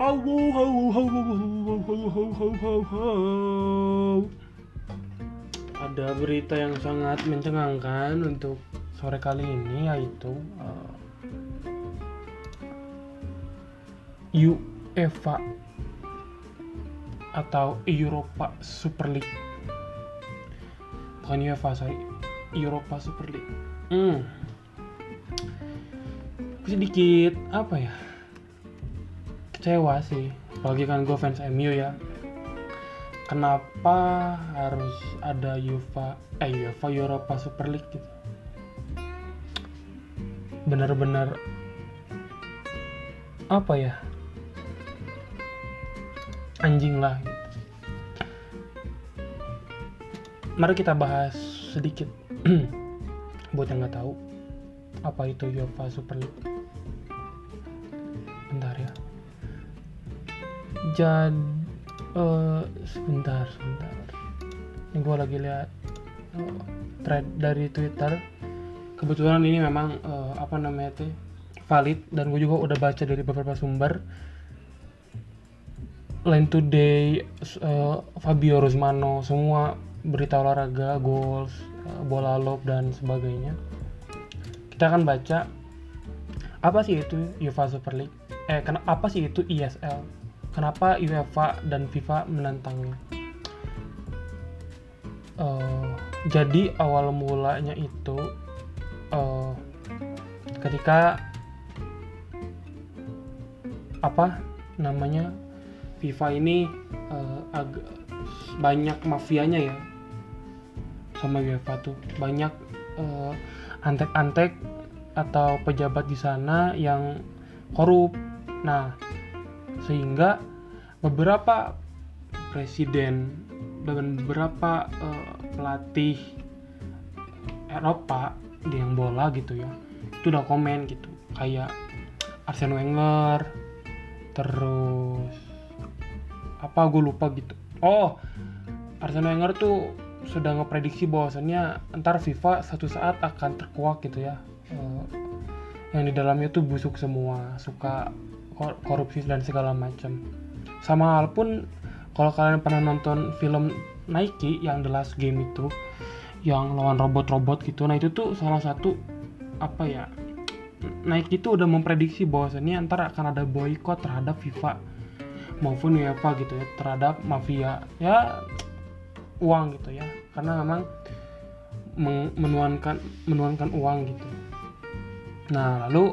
Ada berita yang sangat mencengangkan untuk sore kali ini, yaitu UEFA atau Europa Super League. Bukan UEFA, sorry, Europa Super League. Sedikit kecewa sih, apalagi kan gue fans MU ya. Kenapa harus ada UEFA Europa Super League gitu? Benar-benar anjing lah gitu. Mari kita bahas sedikit buat yang nggak tahu apa itu UEFA Super League. Bentar ya. Sebentar. Ini gue lagi lihat thread dari Twitter. Kebetulan ini memang valid, dan gue juga udah baca dari beberapa sumber. Line Today, Fabio Rusmano, semua berita olahraga, goals, bola lob dan sebagainya. Kita akan baca apa sih itu UEFA Super League? Apa sih itu ESL? Kenapa UEFA dan FIFA menentangnya? Jadi awal mulanya itu ketika FIFA ini agak banyak mafianya ya sama UEFA tuh, banyak antek-antek atau pejabat di sana yang korup. Nah, sehingga beberapa presiden dan beberapa pelatih Eropa di yang bola gitu ya, itu udah komen gitu, kayak Arsene Wenger, terus gue lupa gitu. Arsene Wenger tuh sudah ngeprediksi bahwasannya ntar FIFA satu saat akan terkuak gitu ya, yang di dalamnya tuh busuk semua, suka korupsi dan segala macam. Sama hal pun kalau kalian pernah nonton film Nike yang The Last Game itu, yang lawan robot-robot gitu, nah itu tuh salah satu Nike itu udah memprediksi bahwasannya ntar akan ada boykot terhadap FIFA maupun UEFA gitu ya, terhadap mafia ya uang gitu ya, karena memang menuankan uang gitu. Nah, lalu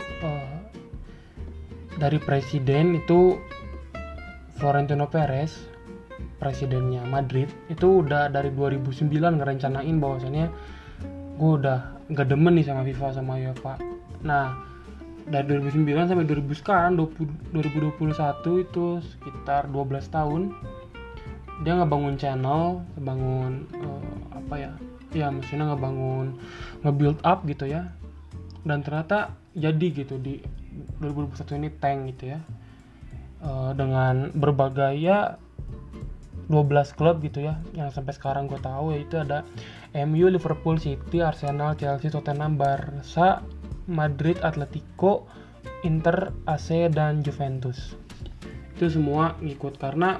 dari presiden itu Florentino Perez, presidennya Madrid, itu udah dari 2009 ngerencanain bahwasannya gue udah gak demen nih sama FIFA sama UEFA. Nah, dari 2009 sampai 2021 itu sekitar 12 tahun dia ngebangun channel, nge-build up gitu ya, dan ternyata jadi gitu di 2021 ini tank gitu ya, dengan berbagai 12 klub gitu ya, yang sampai sekarang gue tahu yaitu ada MU, Liverpool, City, Arsenal, Chelsea, Tottenham, Barca, Madrid, Atletico, Inter, AC, dan Juventus. Itu semua ngikut karena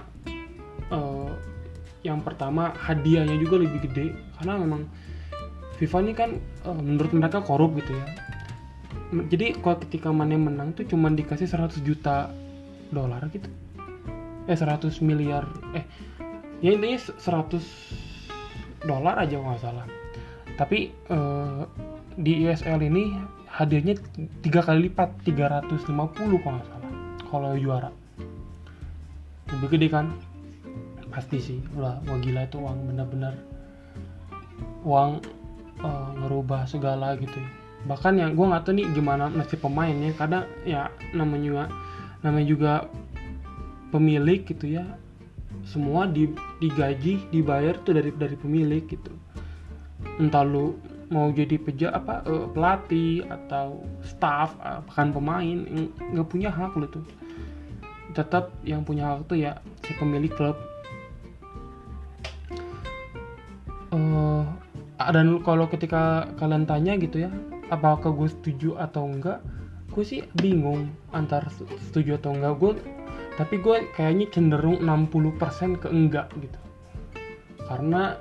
yang pertama hadiahnya juga lebih gede, karena memang FIFA ini kan menurut mereka korup gitu ya. Jadi kalau ketika Mane menang tuh cuma dikasih 100 juta dolar gitu, 100 miliar, ya intinya 100 dolar aja nggak salah. Tapi di ESL ini hadiahnya 3 kali lipat, 350 kalau nggak salah kalau juara. Lebih gede kan? Pasti sih, wah gila itu uang, benar-benar uang ngerubah segala gitu ya. Bahkan yang gue nggak tahu nih gimana nasib pemainnya, kadang ya namanya juga pemilik gitu ya, semua digaji, dibayar tuh dari pemilik gitu. Entah lu mau jadi pelatih atau staff, bahkan pemain, nggak punya hak lu tuh. Tetap yang punya hak tuh ya si pemilik klub. Dan kalau ketika kalian tanya gitu ya, apakah gue setuju atau enggak, gue sih bingung antara setuju atau enggak. Gue Tapi gue kayaknya cenderung 60% ke enggak gitu. Karena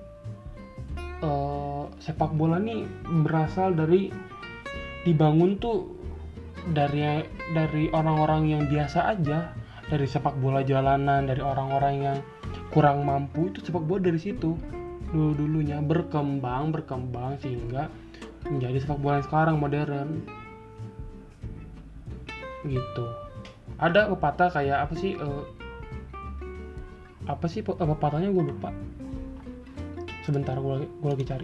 sepak bola nih berasal dari dibangun tuh dari orang-orang yang biasa aja, dari sepak bola jalanan, dari orang-orang yang kurang mampu. Itu sepak bola dari situ dulunya berkembang sehingga menjadi sepak bola yang sekarang modern gitu. Ada pepatah kayak apa sih pepatahnya, gue lupa. Sebentar, gue lagi cari.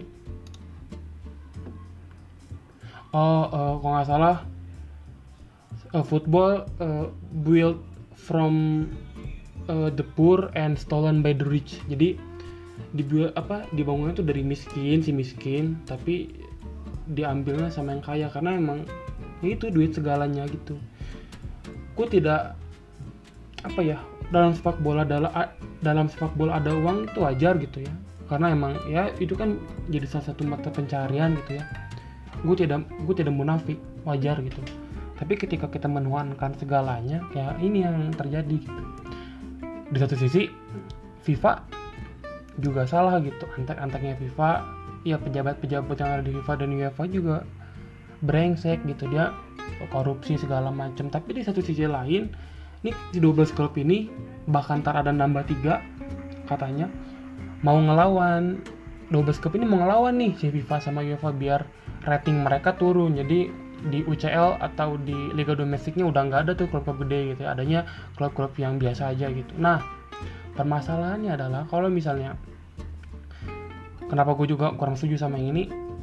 Kalau nggak salah, football built from the poor and stolen by the rich. Jadi dibangunnya tuh dari si miskin, tapi diambilnya sama yang kaya, karena emang itu duit segalanya gitu. Gue tidak dalam sepak bola ada uang itu wajar gitu ya, karena emang ya itu kan jadi salah satu mata pencarian gitu ya. Gue tidak munafik, wajar gitu. Tapi ketika kita menuankan segalanya, kayak ini yang terjadi gitu. Di satu sisi FIFA juga salah gitu, antek-anteknya FIFA, ya pejabat-pejabat yang ada di FIFA dan UEFA juga brengsek gitu, dia korupsi segala macam. Tapi di satu sisi lain, nih di 12 klub ini bahkan ntar ada nambah 3 katanya, mau ngelawan 12 klub ini mau ngelawan nih si FIFA sama UEFA biar rating mereka turun. Jadi di UCL atau di liga domestiknya udah nggak ada tuh klub-klub gede gitu ya, adanya klub-klub yang biasa aja gitu. Nah, permasalahannya adalah kalau misalnya, kenapa gue juga kurang setuju sama yang ini,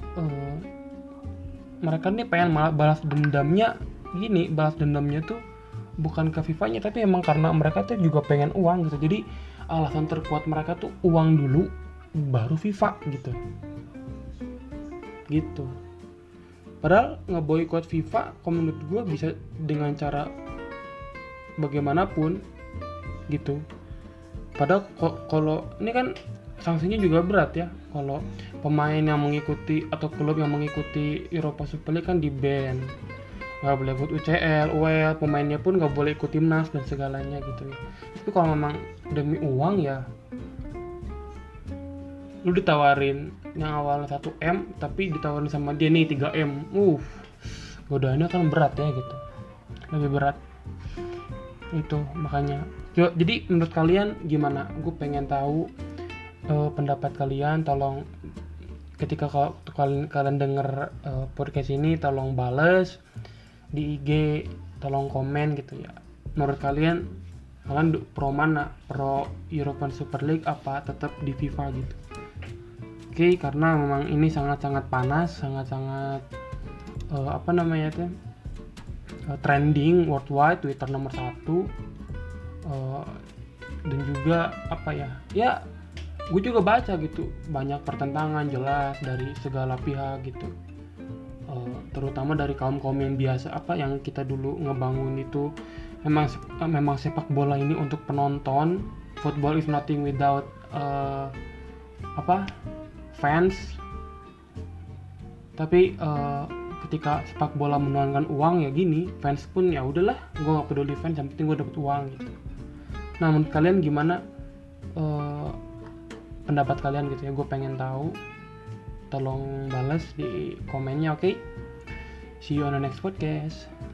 mereka nih pengen balas dendamnya tuh bukan ke FIFA-nya, tapi emang karena mereka tuh juga pengen uang gitu. Jadi alasan terkuat mereka tuh uang dulu, baru FIFA gitu. Padahal ngeboikot FIFA, kalau menurut gue bisa dengan cara bagaimanapun gitu. Padahal kalau ini kan sanksinya juga berat ya. Kalau pemain yang mengikuti atau klub yang mengikuti Europa Super League kan di-ban, nggak boleh ikut UCL, UEL, pemainnya pun nggak boleh ikut timnas dan segalanya gitu ya. Tapi kalau memang demi uang ya, lu ditawarin yang awalnya 1M tapi ditawarin sama dia nih 3M, godaannya kan berat ya gitu, lebih berat itu. Makanya jadi menurut kalian gimana? Gue pengen tahu pendapat kalian. Tolong ketika kalian denger podcast ini, tolong bales di IG, tolong komen gitu ya. Menurut kalian pro mana? Pro European Super League apa tetap di FIFA gitu? Oke, karena memang ini sangat-sangat panas, sangat-sangat trending worldwide, Twitter nomor 1, dan juga ya gue juga baca gitu, banyak pertentangan jelas dari segala pihak gitu, terutama dari kaum yang biasa, yang kita dulu ngebangun itu memang sepak bola ini untuk penonton. Football is nothing without fans. Tapi ketika sepak bola menuangkan uang ya gini, fans pun ya udahlah, gue nggak peduli fans, yang penting gue dapet uang gitu. Nah, menurut kalian gimana pendapat kalian gitu ya? Gue pengen tahu, tolong balas di komennya. Oke? See you on the next podcast.